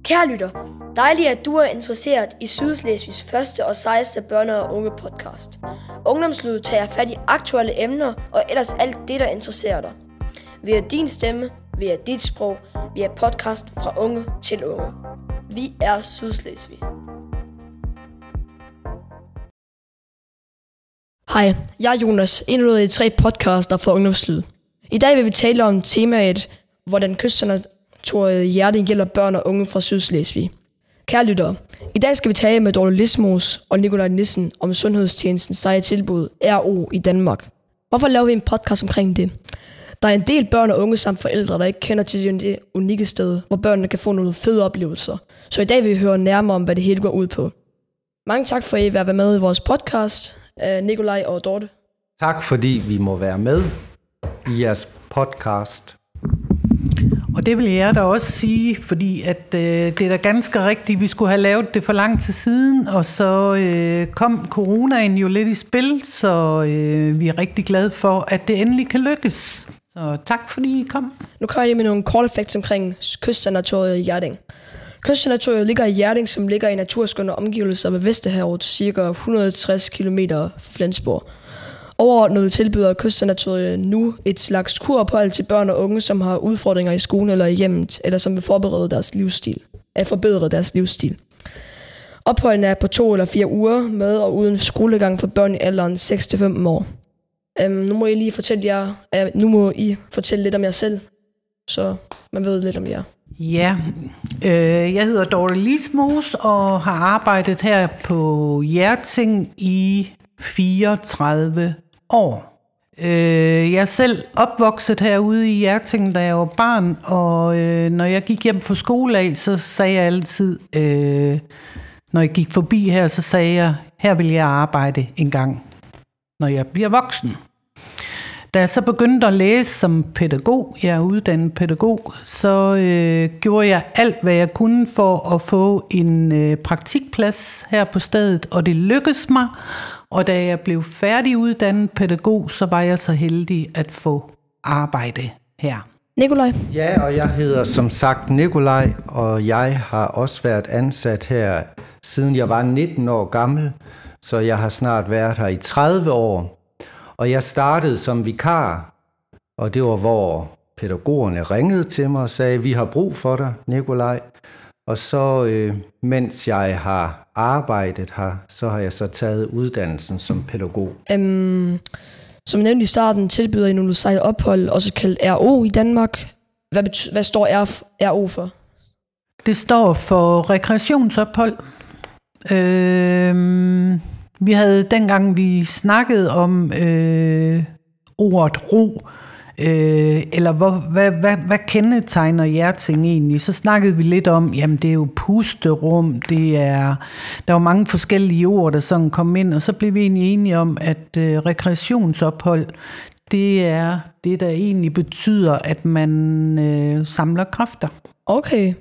Kære lytter, dejligt at du er interesseret i Sydslesvigs første og sejeste børne- og unge podcast. Ungdomslydet tager fat i aktuelle emner og ellers alt det, der interesserer dig. Via din stemme, via dit sprog, via podcast fra unge til unge. Vi er Sydslesvig. Hej, jeg er Jonas, en af de 3 podcaster for Ungdomslyd. I dag vil vi tale om temaet, hvordan Kystsanatoriet Hjerting hjælper børn og unge fra Sydslesvig. Kære lyttere, i dag skal vi tale med Dorte Lismos og Nikolaj Nissen om sundhedstjenesten seje tilbud RO i Danmark. Hvorfor laver vi en podcast omkring det? Der er en del børn og unge samt forældre, der ikke kender til det unikke sted, hvor børnene kan få nogle fede oplevelser. Så i dag vil vi høre nærmere om, hvad det hele går ud på. Mange tak for, at I vil være med i vores podcast, Nikolaj og Dorte. Tak fordi vi må være med i jeres podcast. Og det vil jeg da også sige, fordi at, det er da ganske rigtigt, vi skulle have lavet det for lang tid siden, og så kom coronaen jo lidt i spil, så vi er rigtig glade for, at det endelig kan lykkes. Så tak fordi I kom. Nu kommer jeg lige med nogle korte facts omkring Kystsanatoriet i Hjerting. Kystsanatoriet ligger i Hjerting, som ligger i naturskønne omgivelser ved Vesterhavet, ca. 160 km fra Flensborg. Overordnet tilbyder Kystsanatoriet nu et slags kurophold til børn og unge, som har udfordringer i skolen eller i hjemmet, eller som vil forbedre deres livsstil. Opholdene er på 2 eller 4 uger med og uden skolegang for børn i alderen 6-15 år. Nu må I fortælle lidt om jer selv, så man ved lidt om jer. Ja, jeg hedder Dorte Lismos og har arbejdet her på Hjerting i 34 år. Jeg er selv opvokset herude i Hjerting, da jeg var barn, og når jeg gik hjem fra skole af, så sagde jeg altid, når jeg gik forbi her, så sagde jeg, her vil jeg arbejde en gang, når jeg bliver voksen. Da jeg så begyndte at læse som pædagog, jeg er uddannet pædagog, så gjorde jeg alt, hvad jeg kunne for at få en praktikplads her på stedet, og det lykkedes mig. Og da jeg blev færdiguddannet pædagog, så var jeg så heldig at få arbejde her. Nikolaj? Ja, og jeg hedder som sagt Nikolaj, og jeg har også været ansat her, siden jeg var 19 år gammel, så jeg har snart været her i 30 år. Og jeg startede som vikar, og det var, hvor pædagogerne ringede til mig og sagde, vi har brug for dig, Nikolaj. Og så, mens jeg har arbejdet her, så har jeg så taget uddannelsen som pædagog. Som nævnt i starten, tilbyder I nogle seje ophold, også kaldt RO i Danmark. Hvad står RO for? Det står for rekreationsophold. Vi havde dengang, vi snakkede om ordet ro, eller hvad kendetegner Hjerting egentlig? Så snakkede vi lidt om, jamen det er jo pusterum, der var mange forskellige ord, der sådan kom ind, og så blev vi egentlig enige om, at rekreationsophold, det er det, der egentlig betyder, at man samler kræfter. Okay.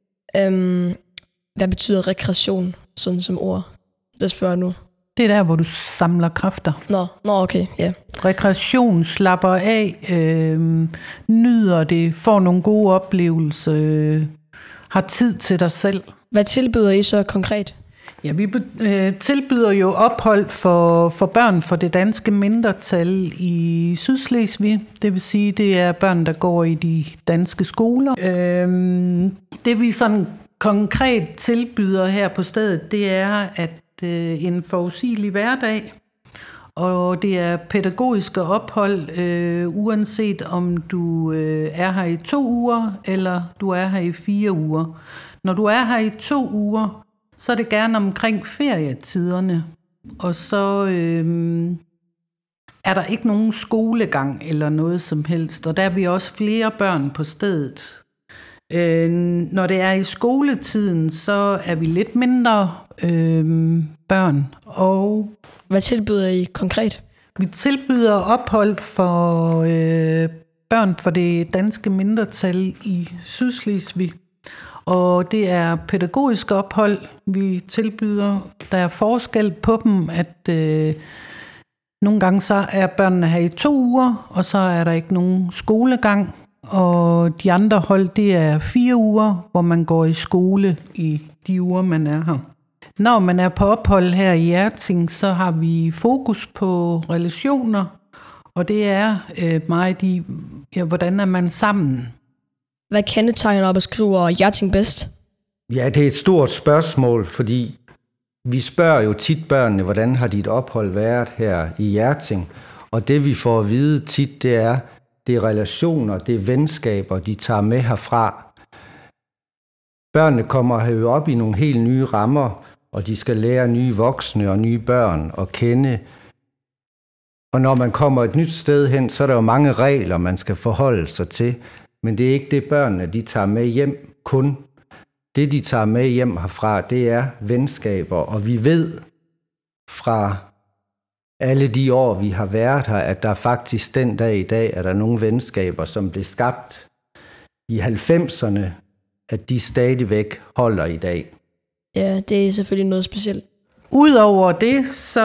Hvad betyder rekreation, sådan som ord? Det spørger jeg nu. Det er der, hvor du samler kræfter. Nå, okay, ja. Yeah. Rekreation, slapper af, nyder det, får nogle gode oplevelser, har tid til dig selv. Hvad tilbyder I så konkret? Ja, vi tilbyder jo ophold for børn for det danske mindretal i Sydslesvig. Det vil sige, det er børn, der går i de danske skoler. Det vi sådan konkret tilbyder her på stedet, det er, at en forudsigelig hverdag, og det er pædagogiske ophold, uanset om du er her i 2 uger, eller du er her i 4 uger. Når du er her i 2 uger, så er det gerne omkring ferietiderne, og så er der ikke nogen skolegang eller noget som helst, og der er vi også flere børn på stedet. Når det er i skoletiden, så er vi lidt mindre børn. Og hvad tilbyder I konkret? Vi tilbyder ophold for børn for det danske mindretal i Sydslesvig. Og det er pædagogiske ophold, vi tilbyder. Der er forskel på dem, at nogle gange så er børnene her i 2 uger, og så er der ikke nogen skolegang. og de andre hold, det er 4 uger, hvor man går i skole i de uger, man er her. Når man er på ophold her i Hjerting, så har vi fokus på relationer, og det er meget i, hvordan er man sammen. Hvad kendetegner og beskriver Hjerting bedst? Ja, det er et stort spørgsmål, fordi vi spørger jo tit børnene, hvordan har dit ophold været her i Hjerting? Og det vi får at vide tit, det er relationer, det er venskaber, de tager med herfra. Børnene kommer jo op i nogle helt nye rammer, og de skal lære nye voksne og nye børn at kende. Og når man kommer et nyt sted hen, så er der jo mange regler, man skal forholde sig til. Men det er ikke det, børnene de tager med hjem kun. Det, de tager med hjem herfra, det er venskaber. Og vi ved fra alle de år, vi har været her, at der faktisk den dag i dag, er der nogle venskaber, som blev skabt i 90'erne, at de stadigvæk holder i dag. Ja, det er selvfølgelig noget specielt. Udover det, så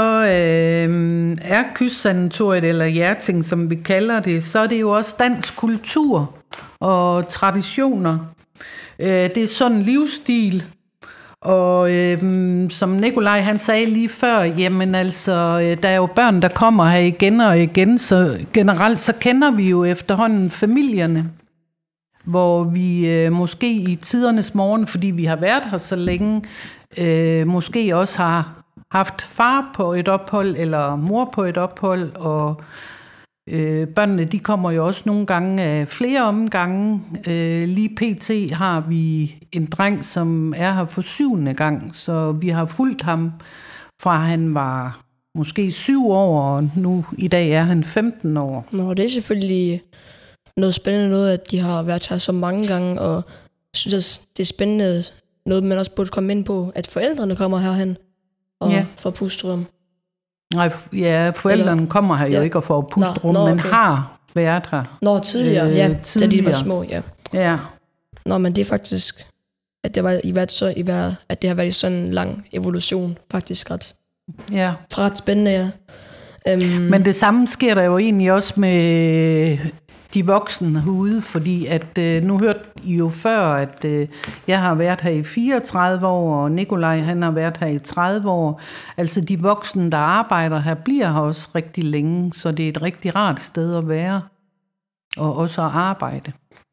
er Kystsanatoriet, eller Hjerting, som vi kalder det, så er det jo også dansk kultur og traditioner. Det er sådan en livsstil, og som Nikolaj han sagde lige før, jamen altså, der er jo børn, der kommer her igen og igen, så generelt så kender vi jo efterhånden familierne, hvor vi måske i tidernes morgen, fordi vi har været her så længe, måske også har haft far på et ophold, eller mor på et ophold, og børnene de kommer jo også nogle gange af flere omgange. Lige pt. Har vi en dreng, som er her for 7. gang, så vi har fulgt ham fra han var måske 7 år, og nu i dag er han 15 år. Nå, det er selvfølgelig noget spændende noget, at de har været her så mange gange, og jeg synes også, det er spændende noget, man også burde komme ind på, at forældrene kommer herhen og får pusterum. Nej, ja, forældrene kommer her jo ikke og får pusterum, men har været her. Nå, tidligere, da de var små, Ja. Nå, men det er faktisk, at det har været i sådan en lang evolution, faktisk ret. Ja. Ret spændende, Men det samme sker der jo egentlig også med de voksne herude, fordi at nu hørte I jo før, at jeg har været her i 34 år, og Nikolaj han har været her i 30 år. Altså de voksne, der arbejder her, bliver her også rigtig længe, så det er et rigtig rart sted at være, og også at arbejde.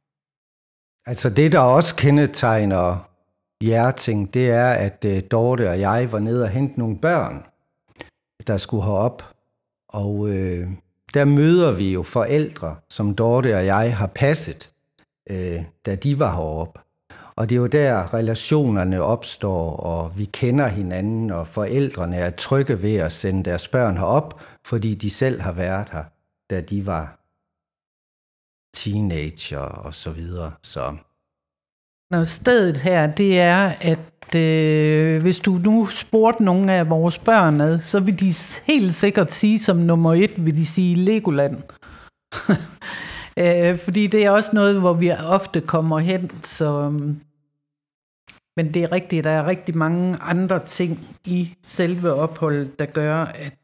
Altså det, der også kendetegner Hjerting, det er, at Dorte og jeg var nede og hente nogle børn, der skulle herop, og der møder vi jo forældre, som Dorte og jeg har passet, da de var heroppe. Og det er jo der, relationerne opstår, og vi kender hinanden, og forældrene er trygge ved at sende deres børn herop, fordi de selv har været her, da de var teenager og så videre. Når stedet her, det er, at hvis du nu spurgte nogle af vores børn, så vil de helt sikkert sige som nummer 1, vil de sige Legoland. Fordi det er også noget, hvor vi ofte kommer hen. Så, men det er rigtigt, der er rigtig mange andre ting i selve opholdet, der gør,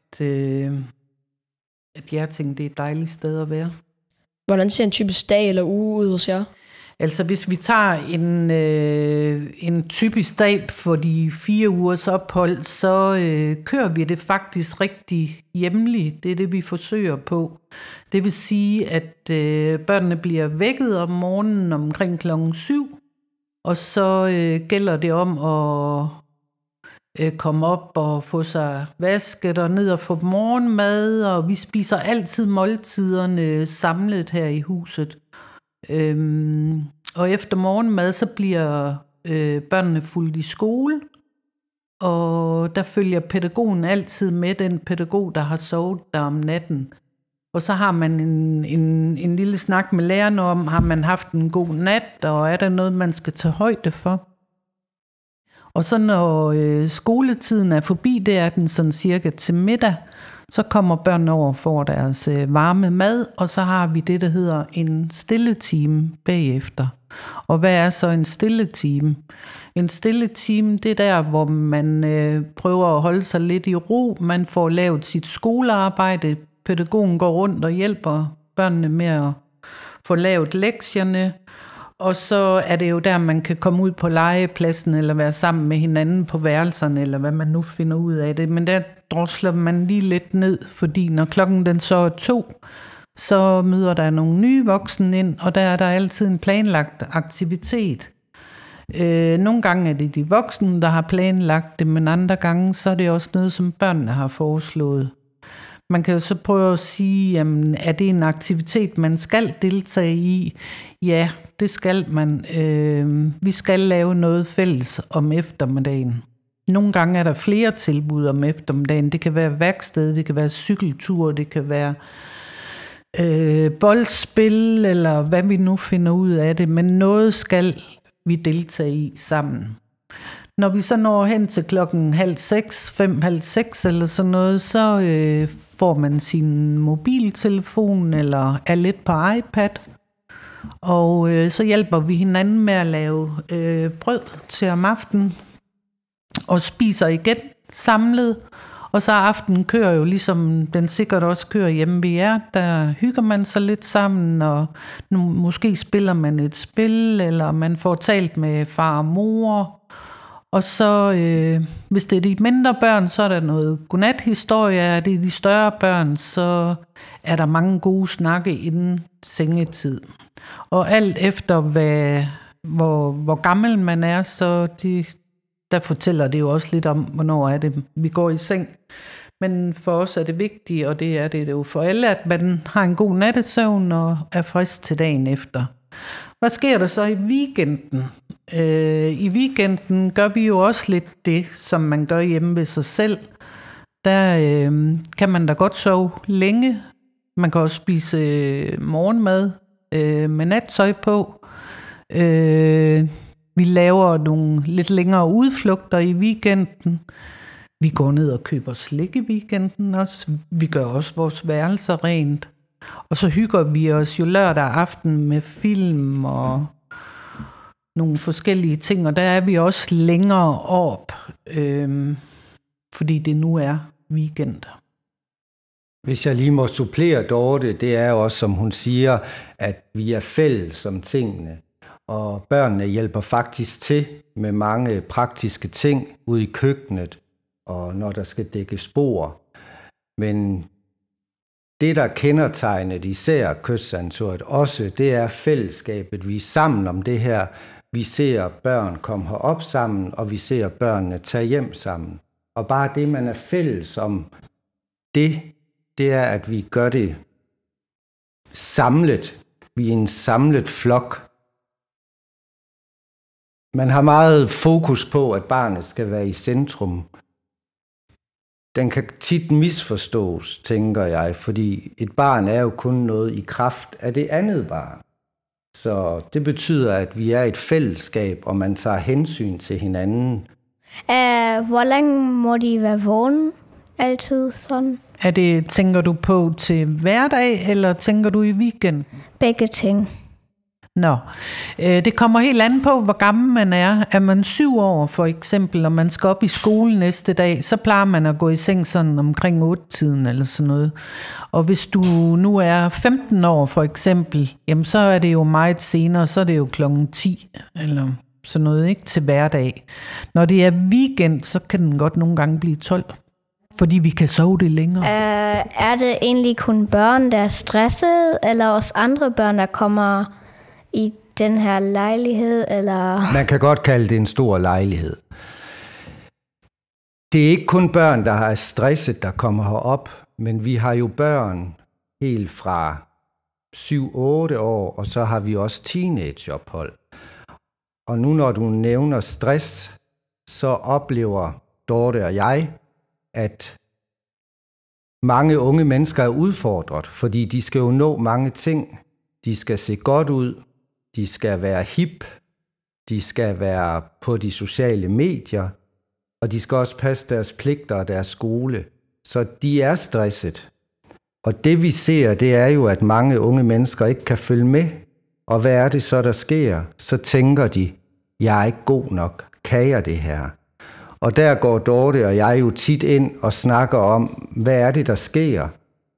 at Hjerting det er et dejligt sted at være. Hvordan ser en typisk dag eller uge ud hos jer? Altså hvis vi tager en typisk dag for de 4 ugers ophold, så kører vi det faktisk rigtig hjemligt. Det er det, vi forsøger på. Det vil sige, at børnene bliver vækket om morgenen omkring klokken 7, og så gælder det om at komme op og få sig vasket og ned og få morgenmad, og vi spiser altid måltiderne samlet her i huset. Og efter morgenmad, så bliver børnene fulgt i skole, og der følger pædagogen altid med, den pædagog, der har sovet der om natten. Og så har man en lille snak med læreren om, har man haft en god nat, og er der noget, man skal tage højde for. Og så når skoletiden er forbi, det er den sådan cirka til middag, så kommer børnene over og får deres varme mad, og så har vi det, der hedder en stilletime bagefter. Og hvad er så en stilletime? En stilletime, det er der, hvor man prøver at holde sig lidt i ro. Man får lavet sit skolearbejde. Pædagogen går rundt og hjælper børnene med at få lavet lektierne, og så er det jo der, man kan komme ud på legepladsen, eller være sammen med hinanden på værelserne, eller hvad man nu finder ud af det. Men der drosler man lige lidt ned, fordi når klokken den så er 2, så møder der nogle nye voksne ind, og der er der altid en planlagt aktivitet. Nogle gange er det de voksne, der har planlagt det, men andre gange, så er det også noget, som børnene har foreslået. Man kan jo så prøve at sige, jamen, er det en aktivitet, man skal deltage i? Ja, det skal man. Vi skal lave noget fælles om eftermiddagen. Nogle gange er der flere tilbud om eftermiddagen. Det kan være værksted, det kan være cykeltur, det kan være boldspil, eller hvad vi nu finder ud af det. Men noget skal vi deltage i sammen. Når vi så når hen til klokken 5:30 eller sådan noget, så får man sin mobiltelefon eller er lidt på iPad. Og så hjælper vi hinanden med at lave brød til om aftenen. Og spiser igen samlet. Og så aftenen kører jo ligesom den sikkert også kører hjemme ved jer. Der hygger man sig lidt sammen, og måske spiller man et spil, eller man får talt med far og mor. Og så, hvis det er de mindre børn, så er der noget godnathistorie. Er det de større børn, så er der mange gode snakke inden sengetid. Og alt efter, hvor gammel man er, så der fortæller det jo også lidt om, hvornår er det, vi går i seng. Men for os er det vigtigt, og det er det jo for alle, at man har en god nattesøvn og er frisk til dagen efter. Hvad sker der så i weekenden? I weekenden gør vi jo også lidt det, som man gør hjemme ved sig selv. Der kan man da godt sove længe. Man kan også spise morgenmad med nattøj på. Vi laver nogle lidt længere udflugter i weekenden. Vi går ned og køber slik i weekenden også. Vi gør også vores værelser rent. Og så hygger vi os jo lørdag aften med film og nogle forskellige ting. Og der er vi også længere op, fordi det nu er weekend. Hvis jeg lige må supplere Dorte, det er jo også, som hun siger, at vi er fælles om tingene. Og børnene hjælper faktisk til med mange praktiske ting ude i køkkenet, og når der skal dækkes bord. Men det, der kendetegnet især Kystsanatoriet også, det er fællesskabet. Vi er sammen om det her. Vi ser børn komme herop sammen, og vi ser børnene tage hjem sammen. Og bare det, man er fælles om, det er, at vi gør det samlet. Vi er en samlet flok. Man har meget fokus på, at barnet skal være i centrum. Den kan tit misforstås, tænker jeg, fordi et barn er jo kun noget i kraft af det andet barn. Så det betyder, at vi er et fællesskab, og man tager hensyn til hinanden. Hvor længe må de være vågne? Altid sådan? Tænker du på til hverdag, eller tænker du i weekend? Begge ting. Nå, det kommer helt an på, hvor gammel man er. Er man 7 år for eksempel, og man skal op i skole næste dag, så plejer man at gå i seng sådan omkring 8-tiden eller sådan noget. Og hvis du nu er 15 år for eksempel, jamen så er det jo meget senere, så er det jo klokken 10 eller sådan noget, ikke, til hverdag. Når det er weekend, så kan den godt nogle gange blive 12, fordi vi kan sove det længere. Er det egentlig kun børn, der er stresset, eller også andre børn, der kommer i den her lejlighed, eller? Man kan godt kalde det en stor lejlighed. Det er ikke kun børn, der er stresset, der kommer herop, men vi har jo børn helt fra 7-8 år, og så har vi også teenageophold. Og nu når du nævner stress, så oplever Dorte og jeg, at mange unge mennesker er udfordret, fordi de skal jo nå mange ting. De skal se godt ud, de skal være hip, de skal være på de sociale medier, og de skal også passe deres pligter og deres skole. Så de er stresset. Og det vi ser, det er jo, at mange unge mennesker ikke kan følge med. Og hvad er det så, der sker? Så tænker de, jeg er ikke god nok. Kan jeg det her? Og der går Dorte og jeg jo tit ind og snakker om, hvad er det, der sker?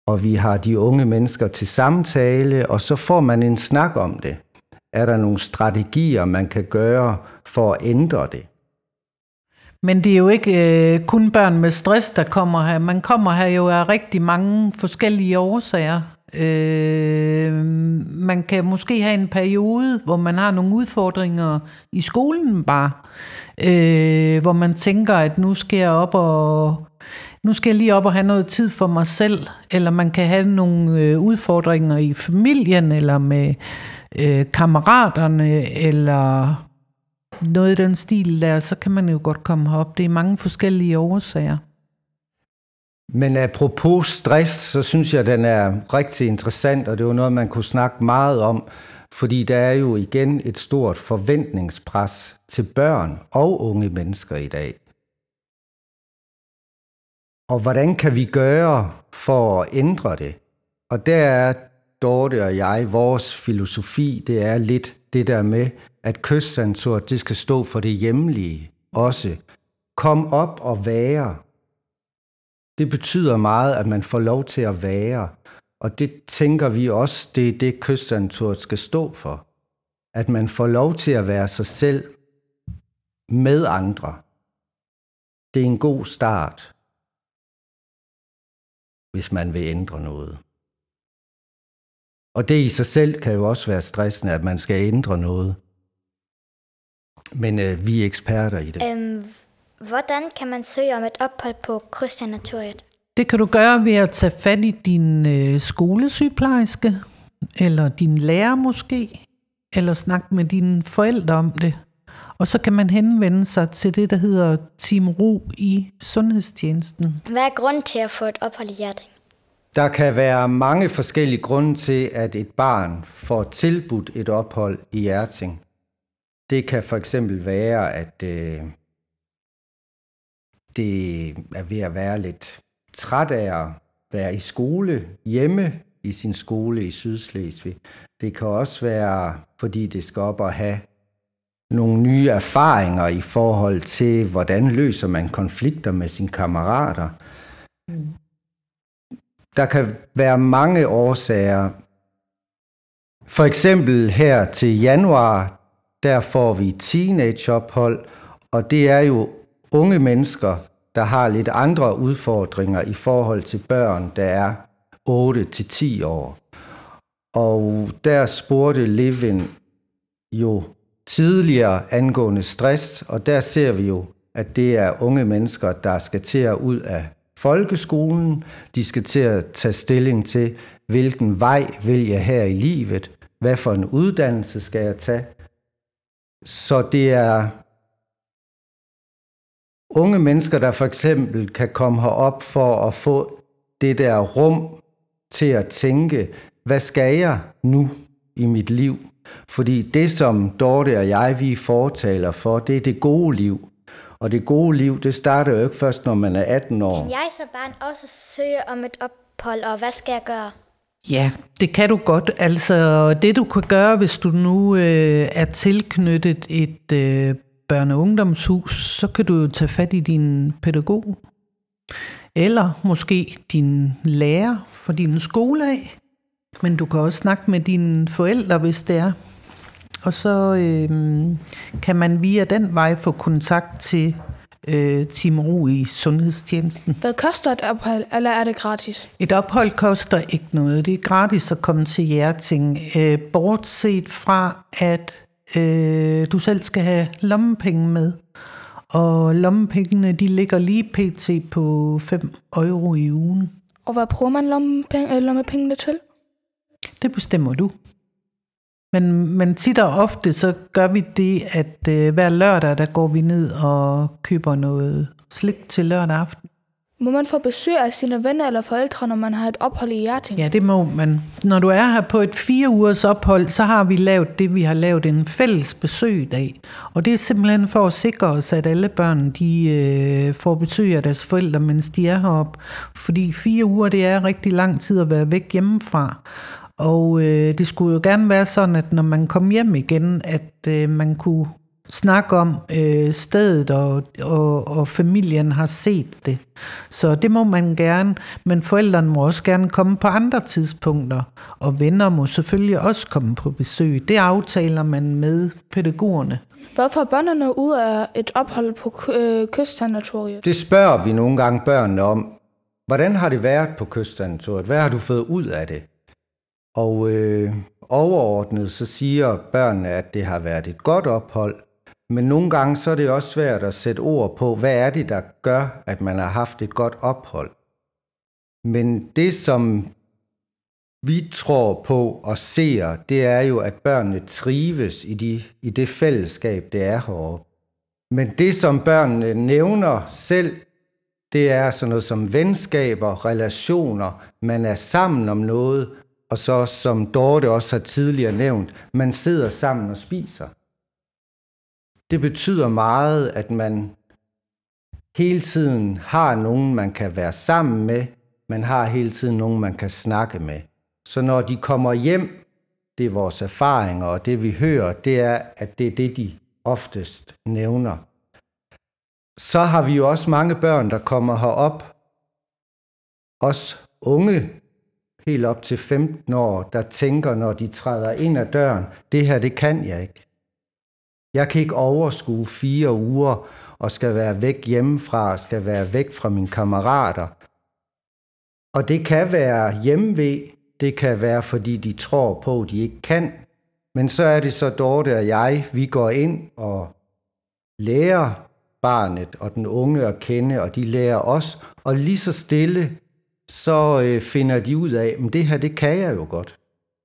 og vi har de unge mennesker til samtale, og så får man en snak om det. Er der nogle strategier, man kan gøre for at ændre det? Men det er jo ikke kun børn med stress, der kommer her. Man kommer her jo af rigtig mange forskellige årsager. Man kan måske have en periode, hvor man har nogle udfordringer i skolen bare, hvor man tænker, at nu skal jeg lige op og have noget tid for mig selv, eller man kan have nogle udfordringer i familien, eller med kammeraterne, eller noget i den stil der, så kan man jo godt komme herop. Det er mange forskellige årsager. Men apropos stress, så synes jeg, den er rigtig interessant, og det er jo noget, man kunne snakke meget om, fordi der er jo igen et stort forventningspres til børn og unge mennesker i dag. Og hvordan kan vi gøre for at ændre det? Og der er Dorte og jeg, vores filosofi, det er lidt det der med, at kystsandsort, det skal stå for det hjemlige også. Kom op og være. Det betyder meget, at man får lov til at være. Og det tænker vi også, det er det kystsandsort skal stå for. At man får lov til at være sig selv med andre. Det er en god start, hvis man vil ændre noget. Og det i sig selv kan jo også være stressende, at man skal ændre noget. Men vi er eksperter i det. Hvordan kan man søge om et ophold på Kystsanatoriet? Det kan du gøre ved at tage fat i din skolesygeplejerske, eller din lærer måske, eller snakke med dine forældre om det. Og så kan man henvende sig til det, der hedder Team Ro i sundhedstjenesten. Hvad er grunden til at få et ophold i Hjerting? Der kan være mange forskellige grunde til, at et barn får tilbudt et ophold i Hjerting. Det kan for eksempel være, at det er ved at være lidt træt af at være i skole hjemme i sin skole i Sydslesvig. Det kan også være, fordi det skal op og have nogle nye erfaringer i forhold til, hvordan løser man konflikter med sine kammerater. Der kan være mange årsager. For eksempel her til januar, der får vi teenageophold, og det er jo unge mennesker, der har lidt andre udfordringer i forhold til børn, der er 8-10 år. Og der spurgte Livin jo tidligere angående stress, og der ser vi jo, at det er unge mennesker, der skal til at ud af folkeskolen. De skal til at tage stilling til, hvilken vej vil jeg her i livet, hvad for en uddannelse skal jeg tage. Så det er unge mennesker, der for eksempel kan komme herop for at få det der rum til at tænke, hvad skal jeg nu i mit liv? Fordi det, som Dorte og jeg, vi fortaler for, det er det gode liv. Og det gode liv, det starter jo ikke først, når man er 18 år. Kan jeg som barn også søge om et ophold, og hvad skal jeg gøre? Ja, det kan du godt. Altså, det du kan gøre, hvis du nu er tilknyttet et børne- og ungdomshus, så kan du jo tage fat i din pædagog. Eller måske din lærer for din skole af. Men du kan også snakke med dine forældre, hvis det er. Og så kan man via den vej få kontakt til Team Ro i sundhedstjenesten. Hvad koster et ophold, eller er det gratis? Et ophold koster ikke noget. Det er gratis at komme til Hjerting. Bortset fra, at du selv skal have lommepenge med. Og lommepengene, de ligger lige pt. På 5 euro i ugen. Og hvad bruger man lommepengene til? Det bestemmer du. Men tit og ofte, så gør vi det, at hver lørdag, der går vi ned og køber noget slik til lørdag aften. Må man få besøg af sine venner eller forældre, når man har et ophold i Hjerting? Ja, det må man. Når du er her på et 4 ugers ophold, så har vi lavet det, vi har lavet en fælles besøgdag. Og det er simpelthen for at sikre os, at alle børn de får besøg af deres forældre, mens de er heroppe. Fordi 4 uger, det er rigtig lang tid at være væk hjemmefra. Og det skulle jo gerne være sådan, at når man kom hjem igen, at man kunne snak om stedet, og familien har set det. Så det må man gerne, men forældrene må også gerne komme på andre tidspunkter, og venner må selvfølgelig også komme på besøg. Det aftaler man med pædagogerne. Hvad får børnene ud af et ophold på kystsanatoriet? Det spørger vi nogle gange børnene om. Hvordan har det været på kystsanatoriet? Hvad har du fået ud af det? Og overordnet så siger børnene, at det har været et godt ophold. Men nogle gange så er det også svært at sætte ord på, hvad er det, der gør, at man har haft et godt ophold. Men det, som vi tror på og ser, det er jo, at børnene trives i det fællesskab, det er heroppe. Men det, som børnene nævner selv, det er sådan noget som venskaber, relationer, man er sammen om noget, og så, som Dorte også har tidligere nævnt, man sidder sammen og spiser. Det betyder meget, at man hele tiden har nogen, man kan være sammen med. Man har hele tiden nogen, man kan snakke med. Så når de kommer hjem, det er vores erfaringer, og det vi hører, det er, at det er det, de oftest nævner. Så har vi jo også mange børn, der kommer herop. Også unge, helt op til 15 år, der tænker, når de træder ind ad døren, det her, det kan jeg ikke. Jeg kan ikke overskue 4 uger og skal være væk hjemmefra, skal være væk fra mine kammerater. Og det kan være hjemved, det kan være, fordi de tror på, at de ikke kan. Men så er det så Dorte og jeg, vi går ind og lærer barnet og den unge at kende, og de lærer os. Og lige så stille, så finder de ud af, at det her, det kan jeg jo godt.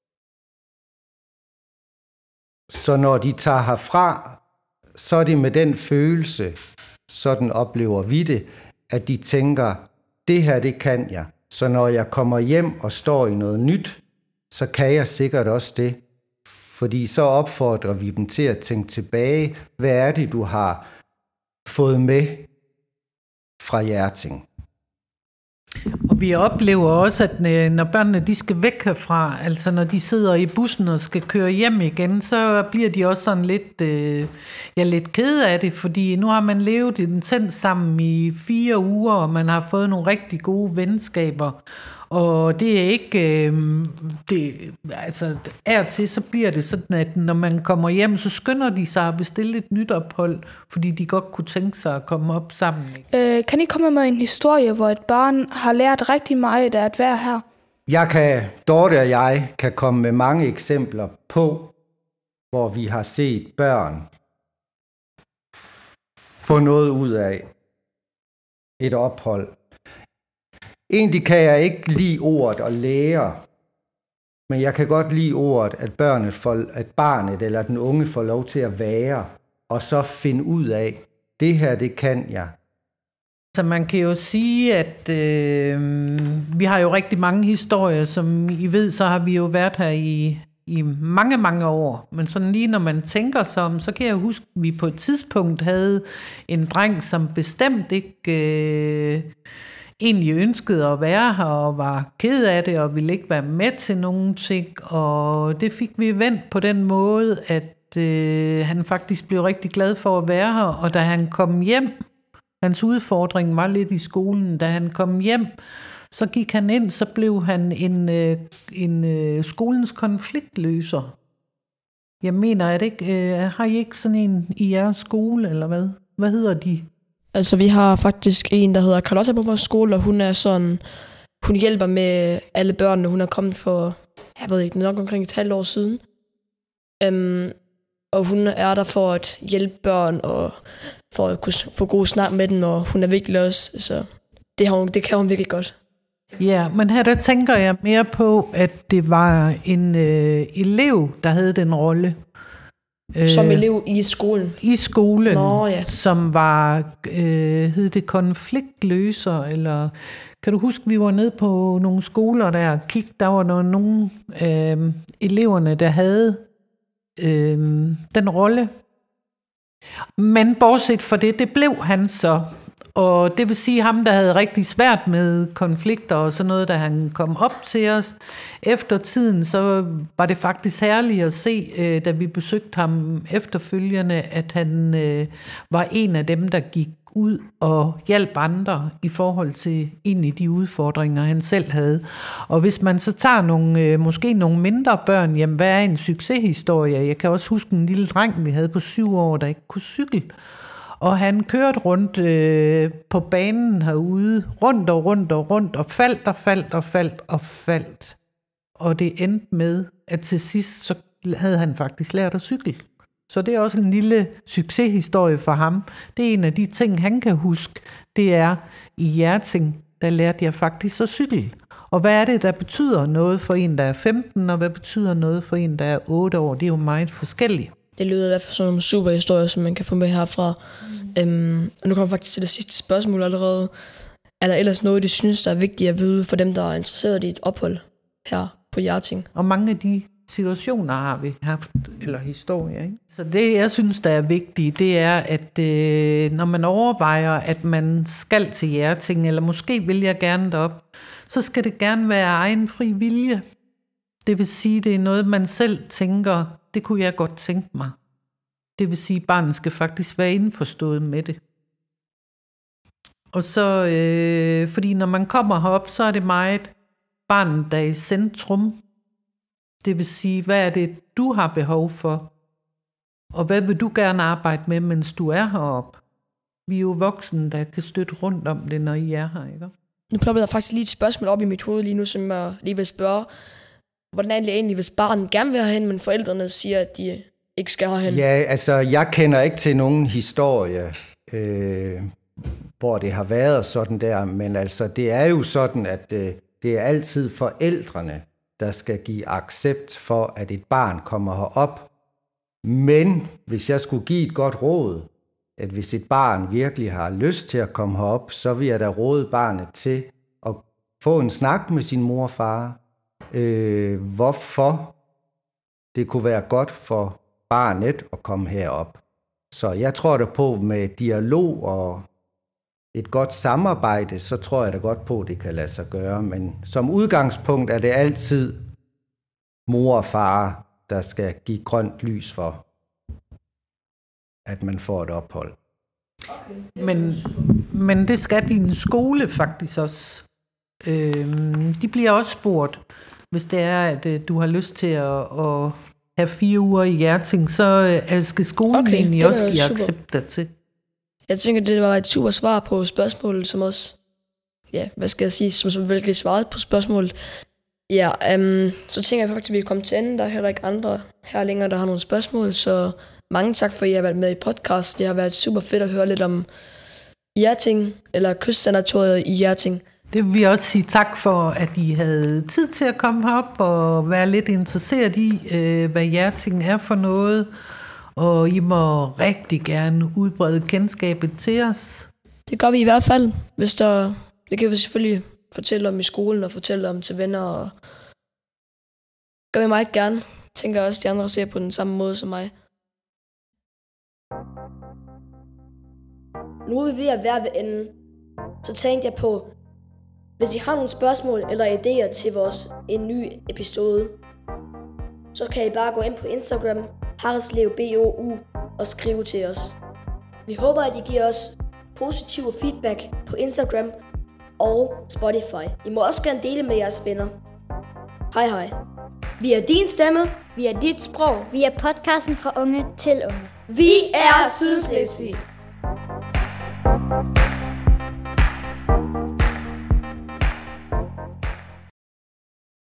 Så når de tager herfra, så er det med den følelse, sådan oplever vi det, at de tænker, det her, det kan jeg. Så når jeg kommer hjem og står i noget nyt, så kan jeg sikkert også det. Fordi så opfordrer vi dem til at tænke tilbage, hvad er det, du har fået med fra Hjerting? Og vi oplever også, at når børnene de skal væk herfra, altså når de sidder i bussen og skal køre hjem igen, så bliver de også sådan lidt kede af det, fordi nu har man levet intens sammen i 4 uger, og man har fået nogle rigtig gode venskaber. Og det er ikke, altså af og til så bliver det sådan, at når man kommer hjem, så skynder de sig at bestille et nyt ophold, fordi de godt kunne tænke sig at komme op sammen. Kan I komme med en historie, hvor et barn har lært rigtig meget af at være her? Dorte og jeg kan komme med mange eksempler på, hvor vi har set børn få noget ud af et ophold. Egentlig kan jeg ikke lide ordet at lære, men jeg kan godt lide ordet, at barnet eller den unge får lov til at være, og så finde ud af, det her, det kan jeg. Så man kan jo sige, at vi har jo rigtig mange historier, som I ved, så har vi jo været her i mange, mange år. Men sådan lige når man tænker sig om, så kan jeg huske, at vi på et tidspunkt havde en dreng, som bestemt ikke egentlig ønskede at være her og var ked af det og ville ikke være med til nogen ting. Og det fik vi vendt på den måde, at han faktisk blev rigtig glad for at være her. Og da han kom hjem, hans udfordring var lidt i skolen, da han kom hjem, så gik han ind, så blev han en skolens konfliktløser. Jeg mener, at har I ikke sådan en i jeres skole, eller hvad? Hvad hedder de? Altså, vi har faktisk en, der hedder Carlotta på vores skole, og hun hjælper med alle børnene. Hun er kommet for, jeg ved ikke, nok omkring et halvt år siden. Og hun er der for at hjælpe børn, og for at kunne få god snak med dem, og hun er virkelig også, så det kan hun virkelig godt. Ja, men her der tænker jeg mere på, at det var en elev, der havde den rolle. Som elev i skolen? I skolen, Nå, ja. Som var, hed det konfliktløser, eller kan du huske, vi var nede på nogle skoler der og kiggede, der var nogle eleverne, der havde den rolle. Men bortset fra det blev han så Og det vil sige, ham, der havde rigtig svært med konflikter og sådan noget, da han kom op til os. Efter tiden, så var det faktisk herligt at se, da vi besøgte ham efterfølgende, at han var en af dem, der gik ud og hjalp andre i forhold til egentlig de udfordringer, han selv havde. Og hvis man så tager måske nogle mindre børn, jamen hvad er en succeshistorie? Jeg kan også huske en lille dreng, vi havde på 7 år, der ikke kunne cykle. Og han kørte rundt på banen herude, rundt og faldt. Og det endte med, at til sidst så havde han faktisk lært at cykle. Så det er også en lille succeshistorie for ham. Det er en af de ting, han kan huske. Det er, i Hjerting, der lærte jeg faktisk at cykle. Og hvad er det, der betyder noget for en, der er 15, og hvad betyder noget for en, der er 8 år? Det er jo meget forskelligt. Det lyder i hvert fald sådan nogle super historier, som man kan få med herfra. Og nu kommer faktisk til det sidste spørgsmål allerede. Er der ellers noget, du synes, der er vigtigt at vide for dem, der er interesseret i et ophold her på Hjerting? Og mange af de situationer har vi haft, eller historier, ikke? Så det, jeg synes, der er vigtigt, det er, at når man overvejer, at man skal til Hjerting, eller måske vil jeg gerne derop, så skal det gerne være egen fri vilje. Det vil sige, det er noget, man selv tænker, det kunne jeg godt tænke mig. Det vil sige, at barnet skal faktisk være indforstået med det. Og så, fordi når man kommer herop, så er det meget barnet, der er i centrum. Det vil sige, hvad er det, du har behov for? Og hvad vil du gerne arbejde med, mens du er heroppe? Vi er jo voksne, der kan støtte rundt om det, når I er her, ikke? Nu plopper der faktisk lige et spørgsmål op i mit hoved lige nu, som jeg lige vil spørge. Hvordan er det egentlig, hvis barnet gerne vil herhen, men forældrene siger, at de ikke skal herhen? Ja, altså, jeg kender ikke til nogen historie, hvor det har været sådan der, men altså, det er jo sådan, at det er altid forældrene, der skal give accept for, at et barn kommer herop. Men hvis jeg skulle give et godt råd, at hvis et barn virkelig har lyst til at komme herop, så vil jeg da råde barnet til at få en snak med sin mor og far, hvorfor det kunne være godt for barnet at komme herop. Så jeg tror da på, med dialog og et godt samarbejde, så tror jeg da godt på, at det kan lade sig gøre. Men som udgangspunkt er det altid mor og far, der skal give grønt lys for, at man får et ophold. Okay. Men det skal din skole faktisk også. De bliver også spurgt, hvis det er, at du har lyst til at have 4 uger i Hjerting, så skal skolen egentlig også give accept dertil. Jeg tænker, det var et super svar på spørgsmålet, som også, ja, hvad skal jeg sige, som virkelig svarede på spørgsmålet. Ja, så tænker jeg faktisk, at vi er kommet til enden. Der er heller ikke andre her længere, der har nogle spørgsmål, så mange tak for, at I har været med i podcast. Det har været super fedt at høre lidt om Hjerting, eller Kystsanatoriet i Hjerting. Det vil vi også sige tak for, at I havde tid til at komme herop og være lidt interesseret i, hvad Hjerting er for noget. Og I må rigtig gerne udbrede kendskabet til os. Det gør vi i hvert fald. Det kan vi selvfølgelig fortælle om i skolen og fortælle om til venner. Og gør vi meget gerne. Tænker også, de andre ser på den samme måde som mig. Nu er vi ved at være ved enden. Så tænkte jeg på, hvis I har nogle spørgsmål eller idéer til en ny episode, så kan I bare gå ind på Instagram, HarreslevBOU, og skrive til os. Vi håber, at I giver os positiv feedback på Instagram og Spotify. I må også gerne dele med jeres venner. Hej hej. Vi er din stemme. Vi er dit sprog. Vi er podcasten fra unge til unge. Vi er Sydslesvig.